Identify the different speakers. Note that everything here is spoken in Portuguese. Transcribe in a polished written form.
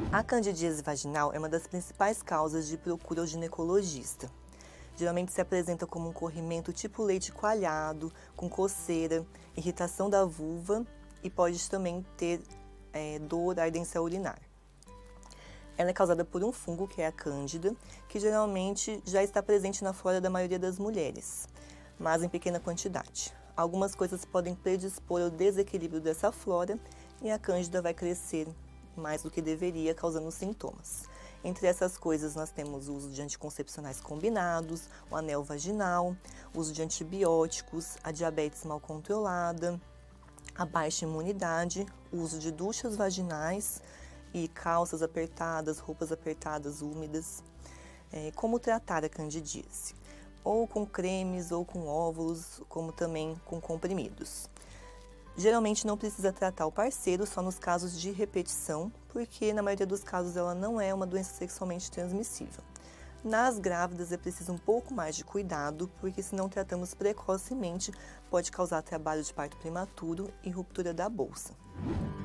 Speaker 1: A candidíase vaginal é uma das principais causas de procura ao ginecologista. Geralmente se apresenta como um corrimento tipo leite coalhado, com coceira, irritação da vulva e pode também ter dor, ardência urinar. Ela é causada por um fungo, que é a cândida, que geralmente já está presente na flora da maioria das mulheres, mas em pequena quantidade. Algumas coisas podem predispor ao desequilíbrio dessa flora e a cândida vai crescer mais do que deveria, causando sintomas. Entre essas coisas, nós temos o uso de anticoncepcionais combinados, o anel vaginal, o uso de antibióticos, a diabetes mal controlada, a baixa imunidade, o uso de duchas vaginais e calças apertadas, roupas apertadas, úmidas. Como tratar a candidíase? Ou com cremes ou com óvulos, como também com comprimidos. Geralmente não precisa tratar o parceiro só nos casos de repetição, porque na maioria dos casos ela não é uma doença sexualmente transmissível. Nas grávidas é preciso um pouco mais de cuidado, porque se não tratamos precocemente pode causar trabalho de parto prematuro e ruptura da bolsa.